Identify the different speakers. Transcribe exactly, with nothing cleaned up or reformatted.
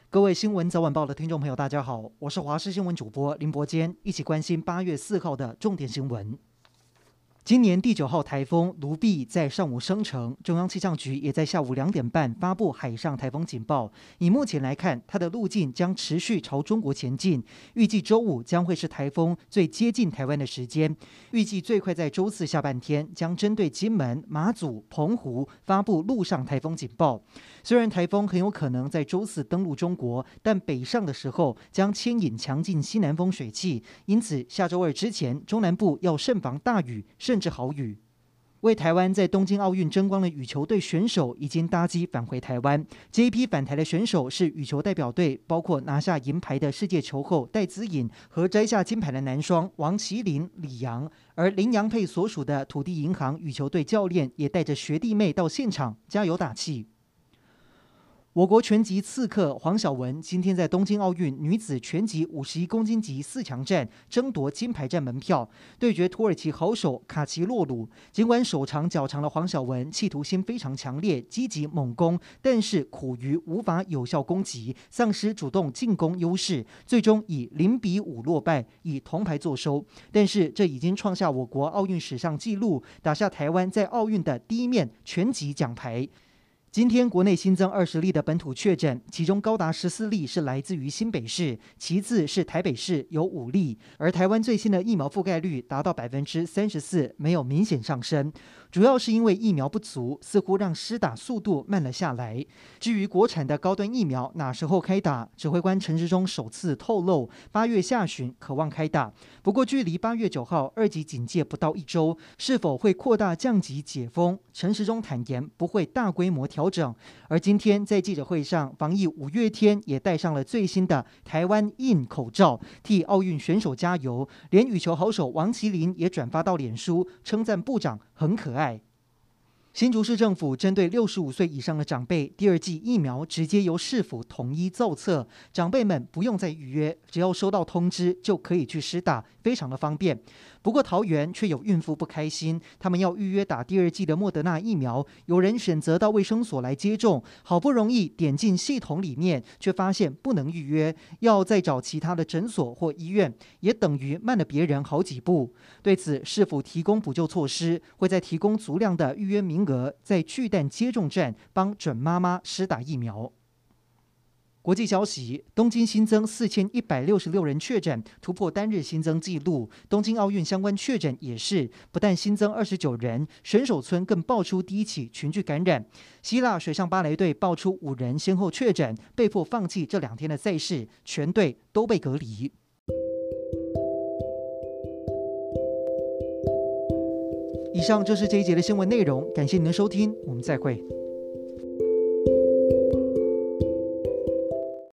Speaker 1: 各位新闻早晚报的听众朋友，大家好，我是华视新闻主播林伯坚，一起关心八月四号的重点新闻。今年第九号台风卢碧在上午生成，中央气象局也在下午两点半发布海上台风警报。以目前来看，它的路径将持续朝中国前进，预计周五将会是台风最接近台湾的时间。预计最快在周四下半天将针对金门、马祖、澎湖发布陆上台风警报。虽然台风很有可能在周四登陆中国，但北上的时候将牵引强劲西南风水气，因此下周二之前，中南部要慎防大雨甚至豪雨。为台湾在东京奥运争光的羽球队选手已经搭机返回台湾。这一批返台的选手是羽球代表队，包括拿下银牌的世界球后戴资颖和摘下金牌的男双王麒麟、李洋。而林洋配所属的土地银行羽球队教练也带着学弟妹到现场加油打气。我国拳击刺客黄晓雯今天在东京奥运女子拳击五十一公斤级四强战争夺金牌战门票，对决土耳其好手卡奇洛鲁。尽管手长脚长的黄晓雯企图心非常强烈，积极猛攻，但是苦于无法有效攻击，丧失主动进攻优势，最终以零比五落败，以铜牌作收。但是这已经创下我国奥运史上纪录，打下台湾在奥运的第一面拳击奖牌。今天国内新增二十例的本土确诊，其中高达十四例是来自于新北市，其次是台北市有五例。而台湾最新的疫苗覆盖率达到百分之三十四，没有明显上升，主要是因为疫苗不足，似乎让施打速度慢了下来。至于国产的高端疫苗哪时候开打，指挥官陈时中首次透露，八月下旬可望开打。不过距离八月九号二级警戒不到一周，是否会扩大降级解封？陈时中坦言不会大规模调。调整。而今天在记者会上，防疫五月天也戴上了最新的台湾印口罩，替奥运选手加油。连羽球好手王麒麟也转发到脸书，称赞部长很可爱。新竹市政府针对六十五岁以上的长辈，第二剂疫苗直接由市府统一造册，长辈们不用再预约，只要收到通知就可以去施打，非常的方便。不过桃园却有孕妇不开心，他们要预约打第二剂的莫德纳疫苗，有人选择到卫生所来接种，好不容易点进系统里面，却发现不能预约，要再找其他的诊所或医院，也等于慢了别人好几步。对此，市府提供补救措施，会再提供足量的预约名额，在巨蛋接种站帮准妈妈施打疫苗。国际消息，东京新增四千一百六十六人确诊，突破单日新增纪录。东京奥运相关确诊也是，不但新增二十九人，选手村更爆出第一起群聚感染。希腊水上芭蕾队爆出五人先后确诊，被迫放弃这两天的赛事，全队都被隔离。以上就是这一节的新闻内容，感谢您的收听，我们再会。